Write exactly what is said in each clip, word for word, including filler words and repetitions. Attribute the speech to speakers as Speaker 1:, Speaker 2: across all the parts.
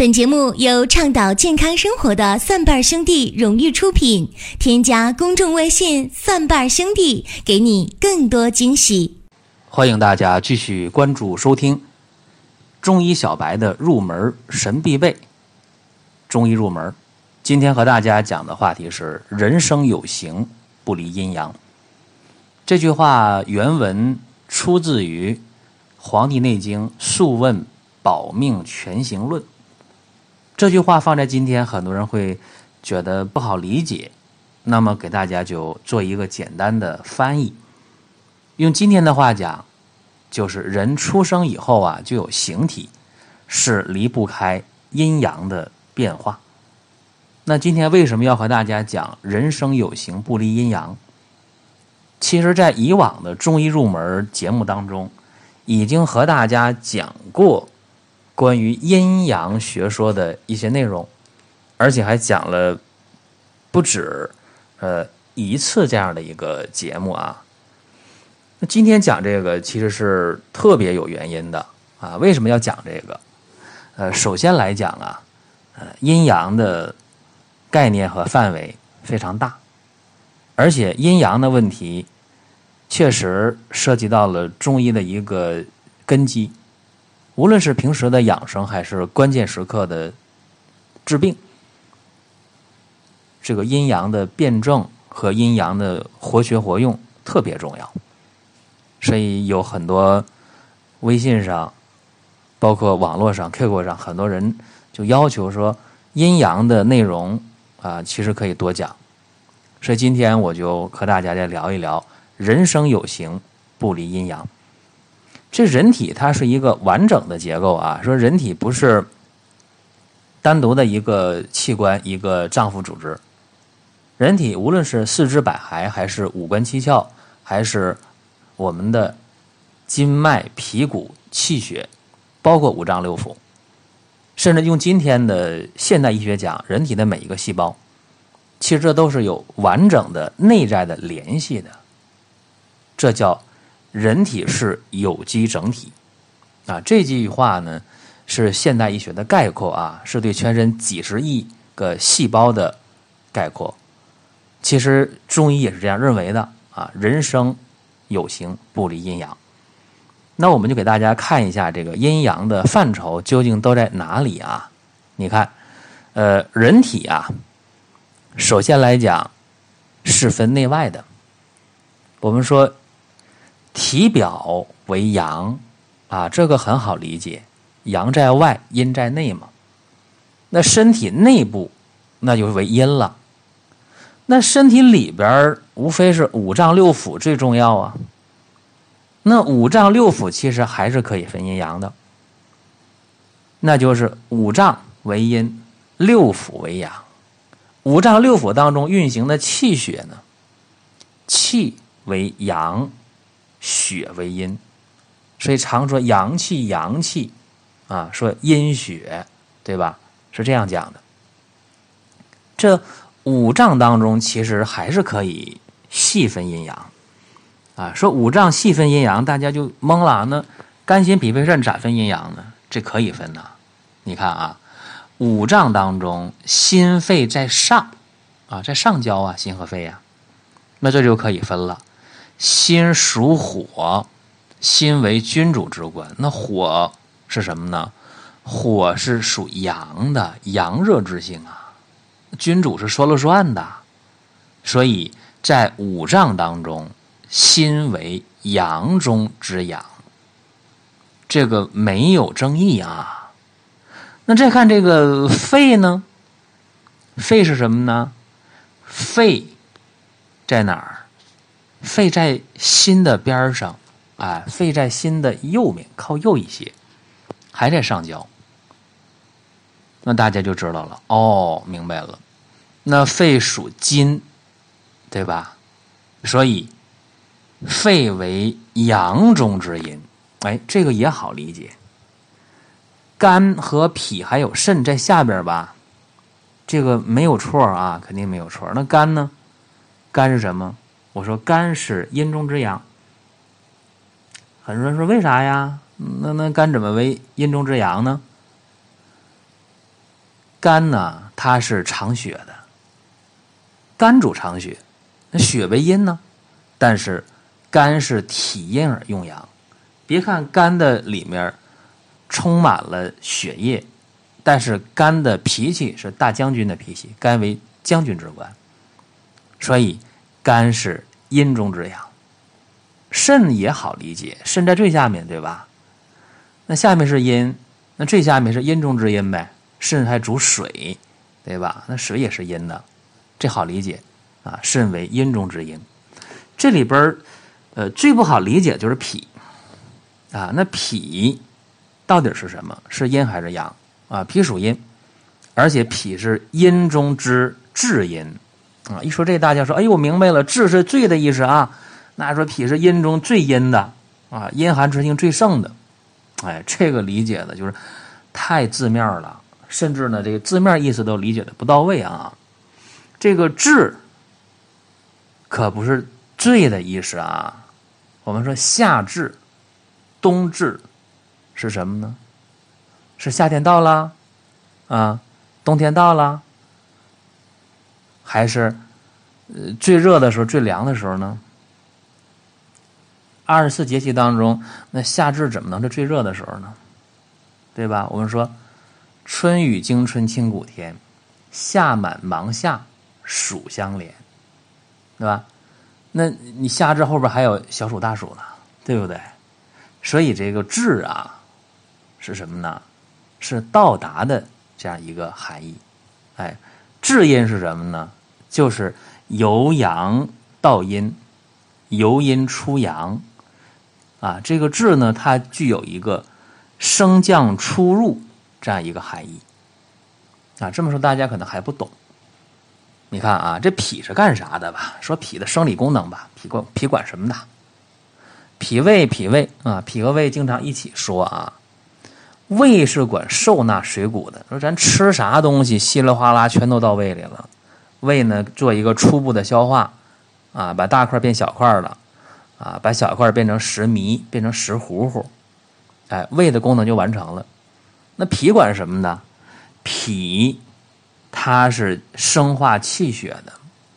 Speaker 1: 本节目由倡导健康生活的蒜瓣兄弟荣誉出品，添加公众微信蒜瓣兄弟，给你更多惊喜。
Speaker 2: 欢迎大家继续关注收听中医小白的入门神必备。中医入门，今天和大家讲的话题是人生有形，不离阴阳。这句话原文出自于《黄帝内经·素问·保命全形论》。这句话放在今天，很多人会觉得不好理解，那么给大家就做一个简单的翻译。用今天的话讲，就是人出生以后啊，就有形体，是离不开阴阳的变化。那今天为什么要和大家讲人生有形，不离阴阳？其实在以往的中医入门节目当中，已经和大家讲过关于阴阳学说的一些内容，而且还讲了不止呃一次这样的一个节目啊。那今天讲这个其实是特别有原因的啊。为什么要讲这个？呃，首先来讲啊，呃，阴阳的概念和范围非常大，而且阴阳的问题确实涉及到了中医的一个根基。无论是平时的养生还是关键时刻的治病，这个阴阳的辩证和阴阳的活学活用特别重要。所以有很多微信上包括网络上 Q Q 上很多人就要求说阴阳的内容啊，其实可以多讲。所以今天我就和大家再聊一聊人生有形，不离阴阳。这人体它是一个完整的结构啊，说人体不是单独的一个器官，一个脏腑组织。人体无论是四肢百骸，还是五官七窍，还是我们的筋脉皮骨气血，包括五脏六腑，甚至用今天的现代医学讲，人体的每一个细胞，其实这都是有完整的内在的联系的。这叫人体是有机整体啊，这句话呢是现代医学的概括啊，是对全身几十亿个细胞的概括。其实中医也是这样认为的啊，人生有形，不离阴阳。那我们就给大家看一下这个阴阳的范畴究竟都在哪里啊？你看，呃，人体啊，首先来讲是分内外的。我们说体表为阳啊，这个很好理解，阳在外，阴在内嘛。那身体内部那就是为阴了。那身体里边无非是五脏六腑最重要啊。那五脏六腑其实还是可以分阴阳的，那就是五脏为阴，六腑为阳。五脏六腑当中运行的气血呢，气为阳，血为阴，所以常说阳气阳气啊，说阴血，对吧？是这样讲的。这五脏当中其实还是可以细分阴阳啊。说五脏细分阴阳，大家就懵了。那肝心脾肺肾咋分阴阳呢？这可以分呐。你看啊，五脏当中心肺在上啊，在上焦啊，心和肺啊，那这就可以分了。心属火，心为君主之官。那火是什么呢？火是属阳的，阳热之性啊。君主是说了算的，所以在五脏当中，心为阳中之阳，这个没有争议啊。那再看这个肺呢？肺是什么呢？肺在哪儿？肺在心的边上，哎，肺在心的右面，靠右一些，还在上焦。那大家就知道了，哦，明白了。那肺属金，对吧？所以肺为阳中之阴，哎，这个也好理解。肝和脾还有肾在下边吧，这个没有错啊，肯定没有错。那肝呢？肝是什么？我说肝是阴中之阳。很多人说为啥呀？那那肝怎么为阴中之阳呢？ 肝呢，它是藏血的，肝主藏血，那血为阴呢，但是肝是体阴而用阳。别看肝的里面充满了血液，但是肝的脾气是大将军的脾气，肝为将军之官，所以肝是阴中之阳。肾也好理解，肾在最下面，对吧？那下面是阴，那最下面是阴中之阴呗。肾还主水，对吧？那水也是阴的，这好理解啊。肾为阴中之阴。这里边呃最不好理解就是脾啊。那脾到底是什么？是阴还是阳啊？脾属阴，而且脾是阴中之至阴啊。一说这，大家说，哎呦，我明白了，至是最的意思啊。那说脾是阴中最阴的啊，阴寒之性最盛的。哎，这个理解的就是太字面了。甚至呢，这个字面意思都理解的不到位啊。这个至可不是最的意思啊。我们说夏至、冬至是什么呢？是夏天到了啊，冬天到了，还是呃最热的时候、最凉的时候呢？二十四节气当中，那夏至怎么能是最热的时候呢？对吧？我们说。春雨惊春清谷天，夏满芒夏暑相连，对吧？那你夏至后边还有小暑大暑呢，对不对？所以这个至啊是什么呢？是到达的这样一个含义。哎，至阴是什么呢？就是由阳到阴，由阴出阳啊。这个至呢，它具有一个升降出入这样一个含义啊。这么说大家可能还不懂。你看啊，这脾是干啥的吧？说脾的生理功能吧，脾管脾管什么的？脾胃脾胃啊，脾和胃经常一起说啊。胃是管受纳水谷的，说咱吃啥东西稀里哗啦全都到胃里了，胃呢做一个初步的消化啊，把大块变小块了啊，把小块变成石糜，变成石糊糊，哎，胃的功能就完成了。那脾管是什么呢？脾它是生化气血的。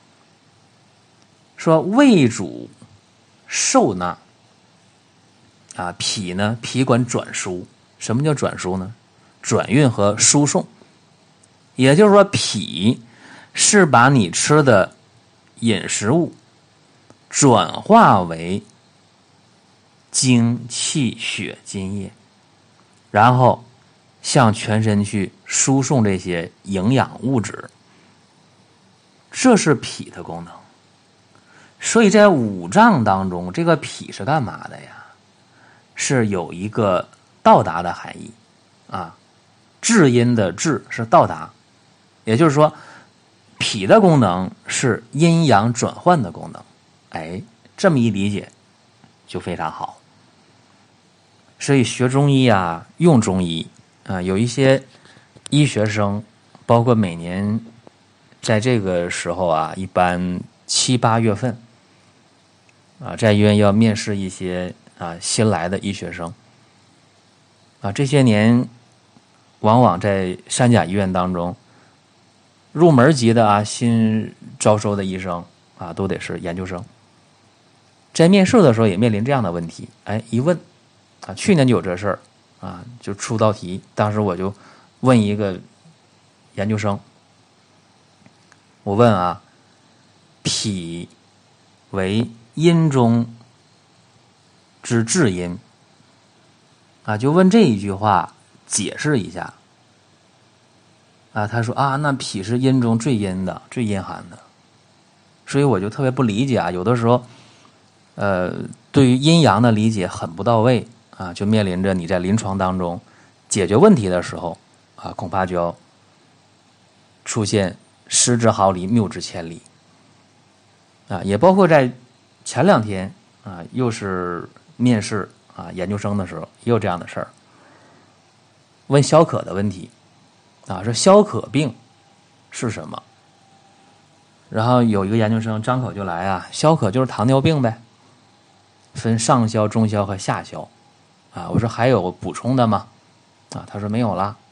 Speaker 2: 说胃主受纳啊，脾呢脾管转输。什么叫转输呢？转运和输送。也就是说，脾是把你吃的饮食物转化为精气血津液，然后向全身去输送这些营养物质，这是脾的功能。所以在五脏当中，这个脾是干嘛的呀？是有一个到达的含义啊。至阴的至是到达，也就是说脾的功能是阴阳转换的功能。哎，这么一理解就非常好。所以学中医啊，用中医啊，有一些医学生，包括每年在这个时候啊，一般七八月份啊，在医院要面试一些啊新来的医学生啊。这些年往往在三甲医院当中，入门级的啊新招收的医生啊，都得是研究生。在面试的时候也面临这样的问题，哎，一问啊，去年就有这事儿啊，就出道题，当时我就问一个研究生，我问啊，脾为阴中之至阴啊，就问这一句话，解释一下啊。他说啊，那脾是阴中最阴的，最阴寒的。所以我就特别不理解啊，有的时候呃，对于阴阳的理解很不到位啊，就面临着你在临床当中解决问题的时候啊，恐怕就要出现失之毫厘谬之千里啊。也包括在前两天啊，又是面试啊研究生的时候，也有这样的事儿，问消渴的问题啊，说消渴病是什么？然后有一个研究生张口就来啊，消渴就是糖尿病呗，分上消、中消和下消啊。我说还有补充的吗？啊，他说没有啦。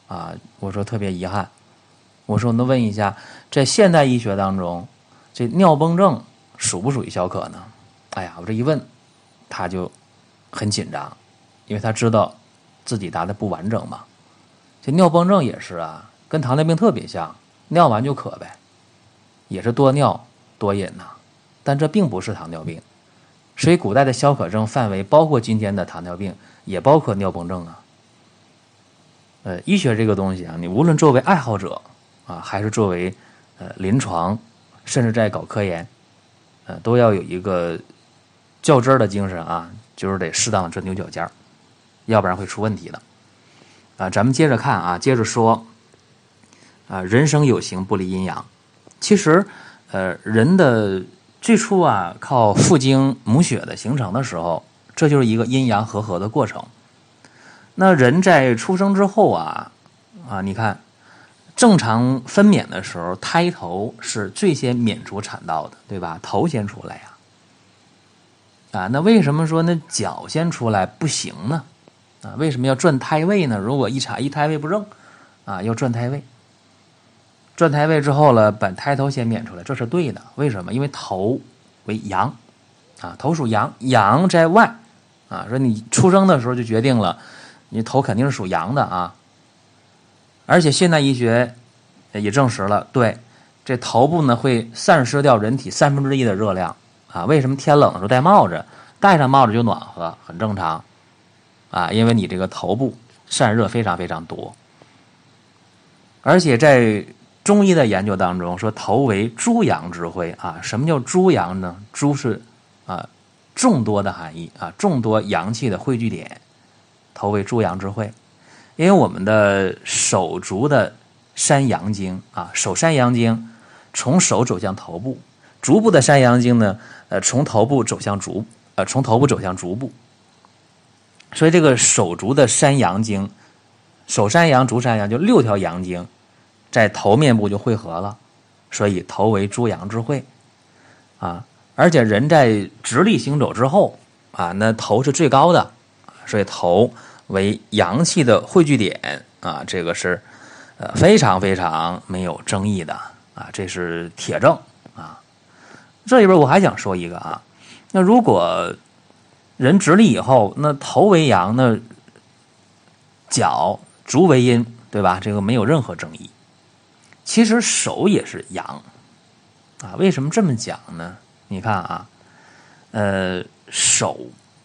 Speaker 2: 啊，我说特别遗憾，我说那问一下，在现代医学当中，这尿崩症属不属于小可呢？哎呀，我这一问，他就很紧张，因为他知道自己答的不完整嘛。这尿崩症也是啊，跟糖尿病特别像，尿完就渴呗，也是多尿多饮呐、啊，但这并不是糖尿病。所以古代的消渴症范围包括今天的糖尿病，也包括尿崩症啊。呃，医学这个东西啊，你无论作为爱好者啊，还是作为呃临床，甚至在搞科研，呃，都要有一个较真儿的精神啊，就是得适当的钻牛角尖儿，要不然会出问题的。啊，咱们接着看啊，接着说啊，人生有形不离阴阳。其实，呃，人的最初啊，靠父精母血的形成的时候，这就是一个阴阳和合的过程。那人在出生之后啊，啊，你看，正常分娩的时候，胎头是最先娩出产道的，对吧？头先出来呀、啊，啊，那为什么说那脚先出来不行呢？啊，为什么要转胎位呢？如果一查一胎位不正，啊，要转胎位。转胎位之后了，把胎头先娩出来，这是对的。为什么？因为头为阳，啊，头属阳，阳在外，啊，说你出生的时候就决定了，你头肯定是属阳的啊。而且现代医学也证实了，对，这头部呢会散失掉人体三分之一的热量，啊，为什么天冷的时候戴帽子，戴上帽子就暖和，很正常，啊，因为你这个头部散热非常非常多。而且在中医的研究当中说，头为诸阳之会啊。什么叫诸阳呢？诸是啊众多的含义啊，众多阳气的汇聚点，头为诸阳之会。因为我们的手足的山阳经啊，手山阳经从手走向头部，足部的山阳经呢，呃，从头部走向足，呃，从头部走向足部。所以这个手足的山阳经，手山阳、足山阳就六条阳经。在头面部就汇合了，所以头为诸阳之会啊。而且人在直立行走之后啊，那头是最高的，所以头为阳气的汇聚点啊，这个是呃非常非常没有争议的啊，这是铁证啊。这里边我还想说一个啊，那如果人直立以后，那头为阳，那脚足为阴，对吧？这个没有任何争议。其实手也是阳啊，为什么这么讲呢？你看啊，呃，手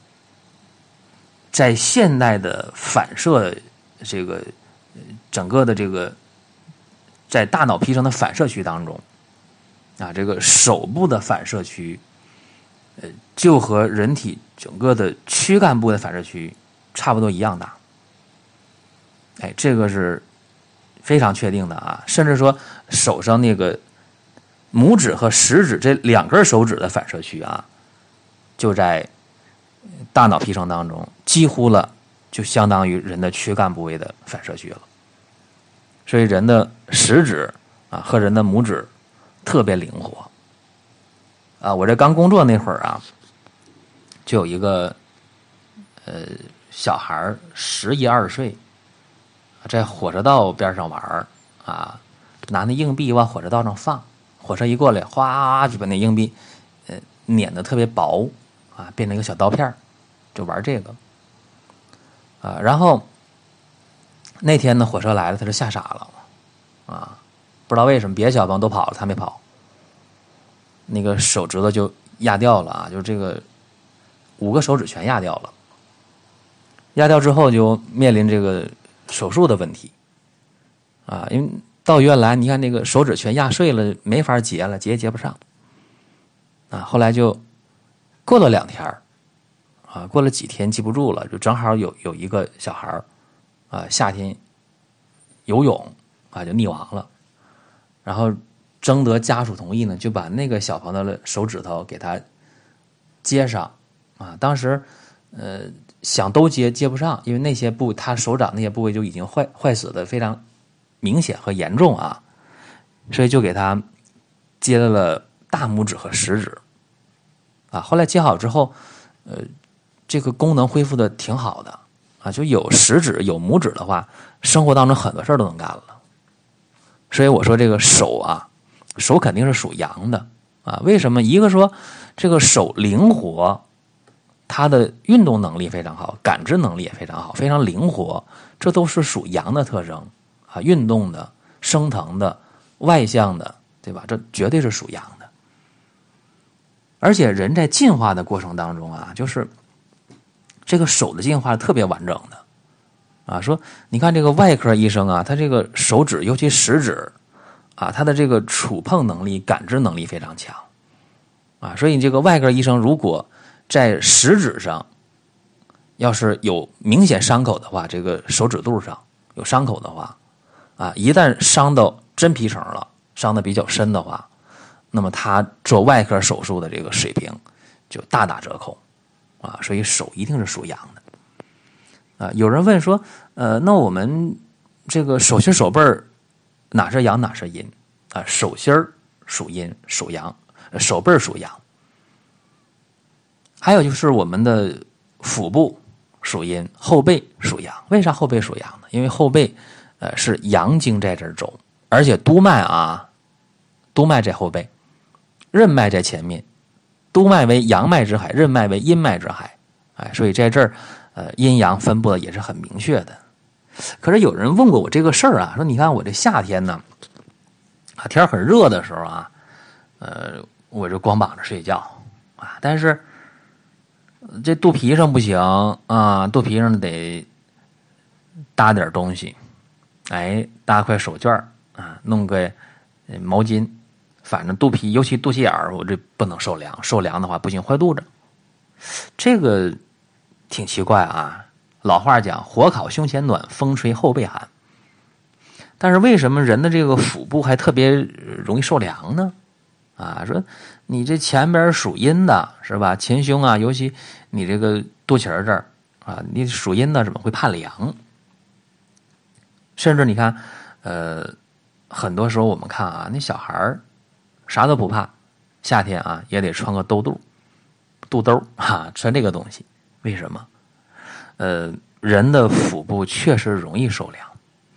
Speaker 2: 在现代的反射这个整个的这个在大脑皮层的反射区当中啊，这个手部的反射区，呃，就和人体整个的躯干部的反射区差不多一样大。哎，这个是非常确定的啊，甚至说手上那个拇指和食指这两根手指的反射区啊，就在大脑皮层当中，几乎了就相当于人的躯干部位的反射区了。所以人的食指啊和人的拇指特别灵活啊。我这刚工作那会儿啊，就有一个呃小孩十一二岁。在火车道边上玩啊，拿那硬币往火车道上放，火车一过来，哗就把那硬币呃碾得特别薄啊，变成一个小刀片，就玩这个啊。然后那天呢，火车来了，他就吓傻了啊，不知道为什么别的小朋友都跑了，他没跑，那个手指头就压掉了啊，就是这个五个手指全压掉了。压掉之后就面临这个手术的问题啊，因为到医院来，你看那个手指全压碎了，没法结了，结也结不上啊。后来就过了两天啊，过了几天记不住了，就正好有有一个小孩啊，夏天游泳啊就溺亡了，然后征得家属同意呢，就把那个小朋友的手指头给他接上啊。当时呃。想都接接不上，因为那些部他手掌那些部位就已经坏坏死的非常明显和严重啊，所以就给他接了大拇指和食指啊。后来接好之后，呃，这个功能恢复的挺好的啊，就有食指有拇指的话，生活当中很多事儿都能干了。所以我说这个手啊，手肯定是属阳的啊。为什么？一个说这个手灵活，它的运动能力非常好，感知能力也非常好，非常灵活，这都是属阳的特征啊。运动的、升腾的、外向的，对吧？这绝对是属阳的。而且人在进化的过程当中啊，就是这个手的进化特别完整的啊。说你看这个外科医生啊，他这个手指，尤其食指啊，他的这个触碰能力、感知能力非常强啊。所以这个外科医生如果在食指上要是有明显伤口的话，这个手指肚上有伤口的话啊，一旦伤到真皮层了，伤得比较深的话，那么他做外科手术的这个水平就大打折扣啊。所以手一定是属阳的啊。有人问说，呃，那我们这个手心手背哪是阳哪是阴啊？手心属阴属阳，手背属阳。还有就是我们的腹部属阴，后背属阳。为啥后背属阳呢？因为后背呃是阳经在这儿走，而且督脉啊，督脉在后背，任脉在前面，督脉为阳脉之海，任脉为阴脉之海，哎，所以在这儿，呃，阴阳分布的也是很明确的。可是有人问过我这个事儿啊，说你看我这夏天呢，啊天很热的时候啊，呃，我就光膀子睡觉啊，但是这肚皮上不行啊，肚皮上得搭点东西，哎，搭块手绢啊，弄个毛巾。反正肚皮，尤其肚脐眼儿，我这不能受凉，受凉的话不行坏肚子。这个挺奇怪啊。老话讲，火烤胸前暖，风吹后背寒。但是为什么人的这个腹部还特别容易受凉呢？啊，说你这前边属阴的是吧？前胸啊，尤其你这个肚脐儿这儿啊，你属阴的怎么会怕凉？甚至你看，呃，很多时候我们看啊，那小孩儿啥都不怕，夏天啊也得穿个兜肚、肚兜啊，穿这个东西。为什么？呃，人的腹部确实容易受凉，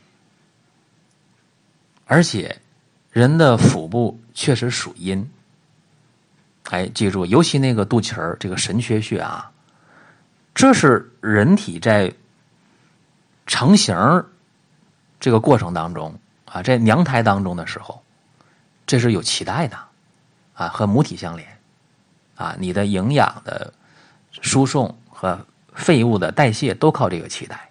Speaker 2: 而且人的腹部确实属阴。哎，记住，尤其那个肚脐儿这个神阙穴啊，这是人体在成型这个过程当中啊，在娘胎当中的时候，这是有脐带的啊，和母体相连啊，你的营养的输送和废物的代谢都靠这个脐带。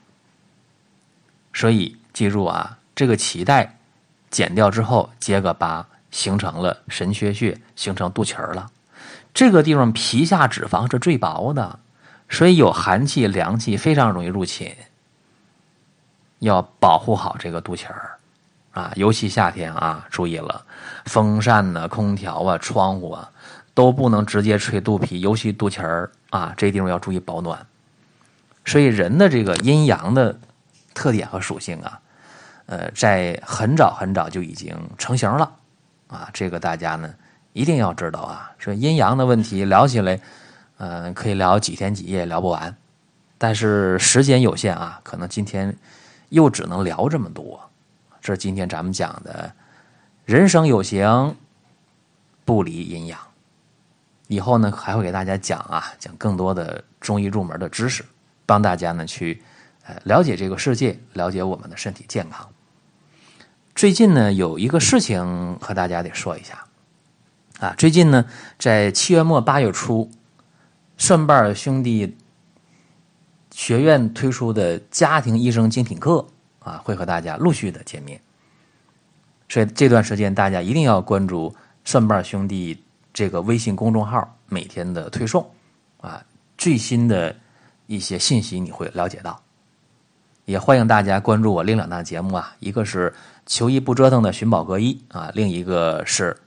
Speaker 2: 所以记住啊，这个脐带剪掉之后结个疤，形成了神阙穴，形成肚脐儿了。这个地方皮下脂肪是最薄的，所以有寒气凉气非常容易入侵，要保护好这个肚脐儿啊，尤其夏天啊，注意了，风扇呢、空调啊、窗户啊，都不能直接吹肚皮，尤其肚脐儿啊，这地方要注意保暖。所以人的这个阴阳的特点和属性啊，呃，在很早很早就已经成型了啊，这个大家呢一定要知道啊。说阴阳的问题聊起来，嗯、呃，可以聊几天几夜聊不完，但是时间有限啊，可能今天又只能聊这么多。这是今天咱们讲的人生有形，不离阴阳。以后呢还会给大家讲啊，讲更多的中医入门的知识，帮大家呢去呃了解这个世界，了解我们的身体健康。最近呢有一个事情和大家得说一下啊，最近呢在七月末八月初，顺瓣兄弟学院推出的家庭医生精品课啊，会和大家陆续的见面。所以这段时间大家一定要关注顺瓣兄弟这个微信公众号每天的推送啊，最新的一些信息你会了解到。也欢迎大家关注我另两档节目啊，一个是求医不折腾的寻宝国医啊，另一个是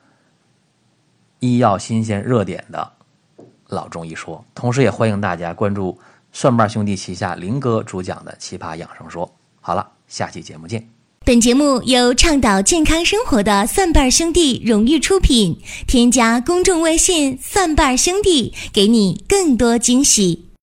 Speaker 2: 医药新鲜热点的老中医说。同时也欢迎大家关注蒜瓣兄弟旗下林哥主讲的奇葩养生说。好了，下期节目见。
Speaker 1: 本节目由倡导健康生活的蒜瓣兄弟荣誉出品，添加公众微信蒜瓣兄弟，给你更多惊喜。